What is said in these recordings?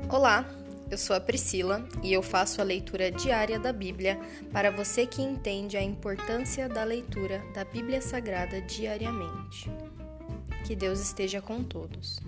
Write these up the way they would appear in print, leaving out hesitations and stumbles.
Olá, eu sou a Priscila e eu faço a leitura diária da Bíblia para você que entende a importância da leitura da Bíblia Sagrada diariamente. Que Deus esteja com todos.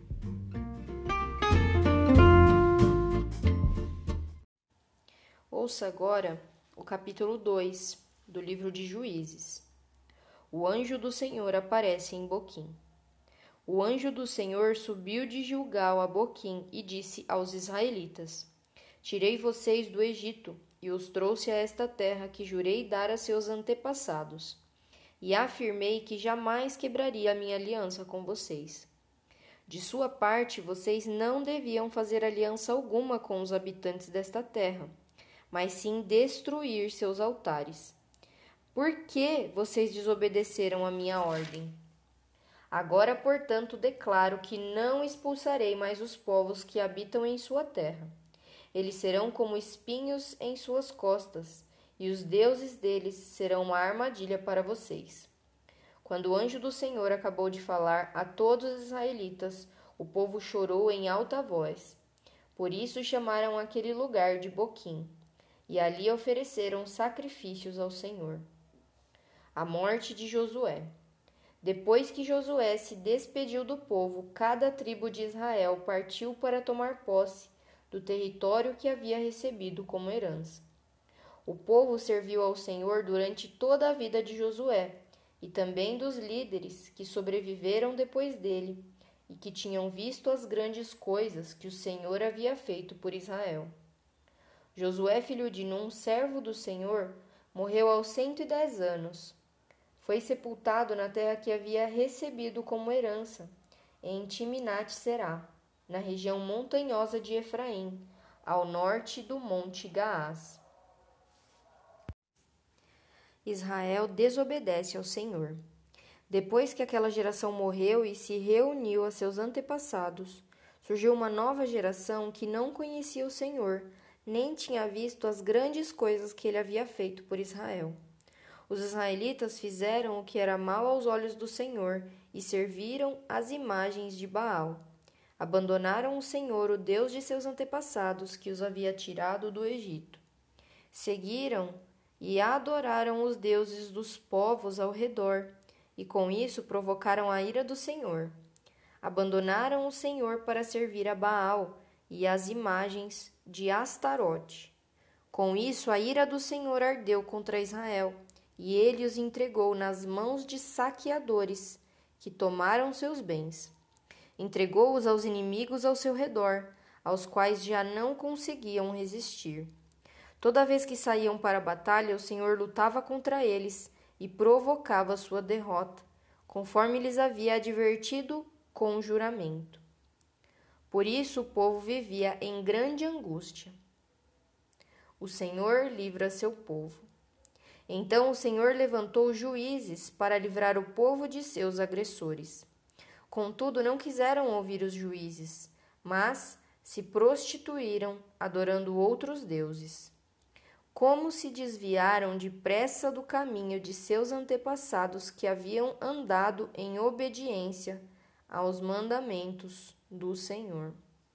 Ouça agora o capítulo 2 do livro de Juízes. O anjo do Senhor aparece em Boquim. O anjo do Senhor subiu de Gilgal a Boquim e disse aos israelitas: Tirei vocês do Egito e os trouxe a esta terra que jurei dar a seus antepassados. E afirmei que jamais quebraria a minha aliança com vocês. De sua parte, vocês não deviam fazer aliança alguma com os habitantes desta terra, mas sim destruir seus altares. Por que vocês desobedeceram a minha ordem? Agora, portanto, declaro que não expulsarei mais os povos que habitam em sua terra. Eles serão como espinhos em suas costas, e os deuses deles serão uma armadilha para vocês. Quando o anjo do Senhor acabou de falar a todos os israelitas, o povo chorou em alta voz. Por isso chamaram aquele lugar de Boquim, e ali ofereceram sacrifícios ao Senhor. A morte de Josué. Depois que Josué se despediu do povo, cada tribo de Israel partiu para tomar posse do território que havia recebido como herança. O povo serviu ao Senhor durante toda a vida de Josué e também dos líderes que sobreviveram depois dele e que tinham visto as grandes coisas que o Senhor havia feito por Israel. Josué, filho de Num, servo do Senhor, morreu aos 110 anos. Foi sepultado na terra que havia recebido como herança, em Timnat-Será, na região montanhosa de Efraim, ao norte do Monte Gaás. Israel desobedece ao Senhor. Depois que aquela geração morreu e se reuniu a seus antepassados, surgiu uma nova geração que não conhecia o Senhor, nem tinha visto as grandes coisas que ele havia feito por Israel. Os israelitas fizeram o que era mal aos olhos do Senhor e serviram as imagens de Baal. Abandonaram o Senhor, o Deus de seus antepassados, que os havia tirado do Egito. Seguiram e adoraram os deuses dos povos ao redor, e com isso provocaram a ira do Senhor. Abandonaram o Senhor para servir a Baal e as imagens de Astarote. Com isso a ira do Senhor ardeu contra Israel, e ele os entregou nas mãos de saqueadores, que tomaram seus bens. Entregou-os aos inimigos ao seu redor, aos quais já não conseguiam resistir. Toda vez que saíam para a batalha, o Senhor lutava contra eles e provocava sua derrota, conforme lhes havia advertido com juramento. Por isso o povo vivia em grande angústia. O Senhor livra seu povo. Então o Senhor levantou juízes para livrar o povo de seus agressores. Contudo, não quiseram ouvir os juízes, mas se prostituíram, adorando outros deuses. Como se desviaram depressa do caminho de seus antepassados que haviam andado em obediência aos mandamentos do Senhor.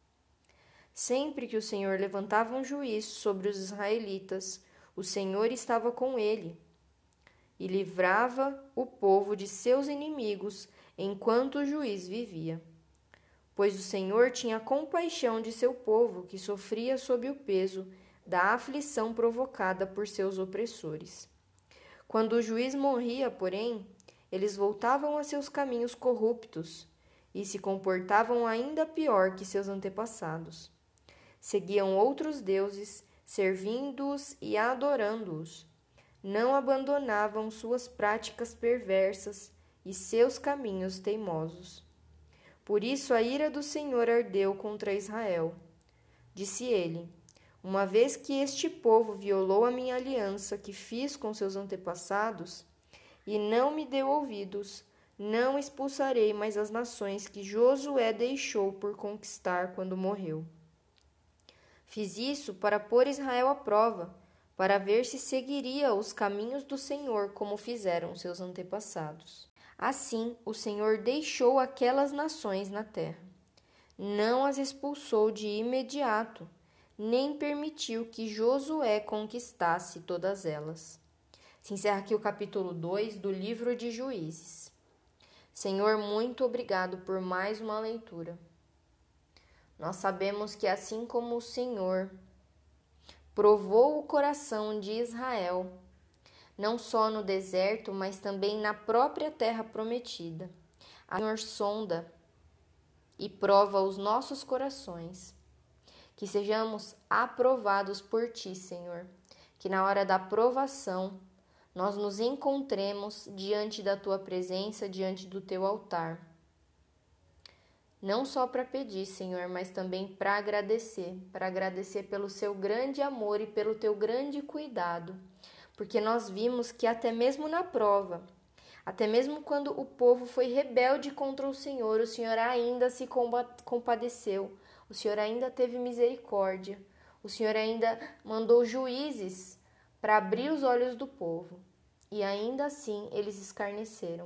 Sempre que o Senhor levantava um juiz sobre os israelitas, o Senhor estava com ele e livrava o povo de seus inimigos enquanto o juiz vivia. Pois o Senhor tinha compaixão de seu povo que sofria sob o peso da aflição provocada por seus opressores. Quando o juiz morria, porém, eles voltavam a seus caminhos corruptos e se comportavam ainda pior que seus antepassados. Seguiam outros deuses, servindo-os e adorando-os. Não abandonavam suas práticas perversas e seus caminhos teimosos. Por isso a ira do Senhor ardeu contra Israel. Disse ele: Uma vez que este povo violou a minha aliança que fiz com seus antepassados e não me deu ouvidos, não expulsarei mais as nações que Josué deixou por conquistar quando morreu. Fiz isso para pôr Israel à prova, para ver se seguiria os caminhos do Senhor como fizeram seus antepassados. Assim, o Senhor deixou aquelas nações na terra. não as expulsou de imediato, nem permitiu que Josué conquistasse todas elas. Se encerra aqui o capítulo 2 do livro de Juízes. Senhor, muito obrigado por mais uma leitura. Nós sabemos que assim como o Senhor provou o coração de Israel, não só no deserto, mas também na própria terra prometida, o Senhor sonda e prova os nossos corações. Que sejamos aprovados por Ti, Senhor. Que na hora da provação nós nos encontremos diante da Tua presença, diante do Teu altar. Não só para pedir, Senhor, mas também para agradecer pelo Seu grande amor e pelo Teu grande cuidado. Porque nós vimos que até mesmo na prova, até mesmo quando o povo foi rebelde contra o Senhor ainda se compadeceu, o Senhor ainda teve misericórdia, o Senhor ainda mandou juízes para abrir os olhos do povo, e ainda assim eles escarneceram.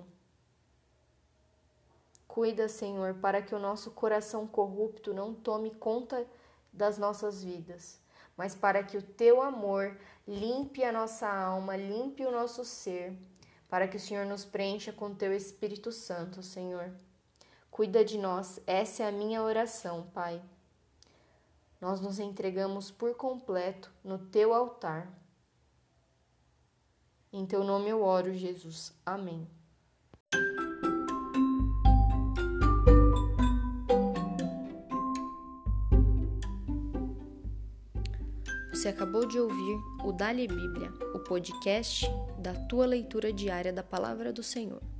Cuida, Senhor, para que o nosso coração corrupto não tome conta das nossas vidas, mas para que o Teu amor limpe a nossa alma, limpe o nosso ser, para que o Senhor nos preencha com o Teu Espírito Santo, Senhor. Cuida de nós, essa é a minha oração, Pai. Nós nos entregamos por completo no Teu altar. Em Teu nome eu oro, Jesus. Amém. Você acabou de ouvir o Dali Bíblia, o podcast da tua leitura diária da Palavra do Senhor.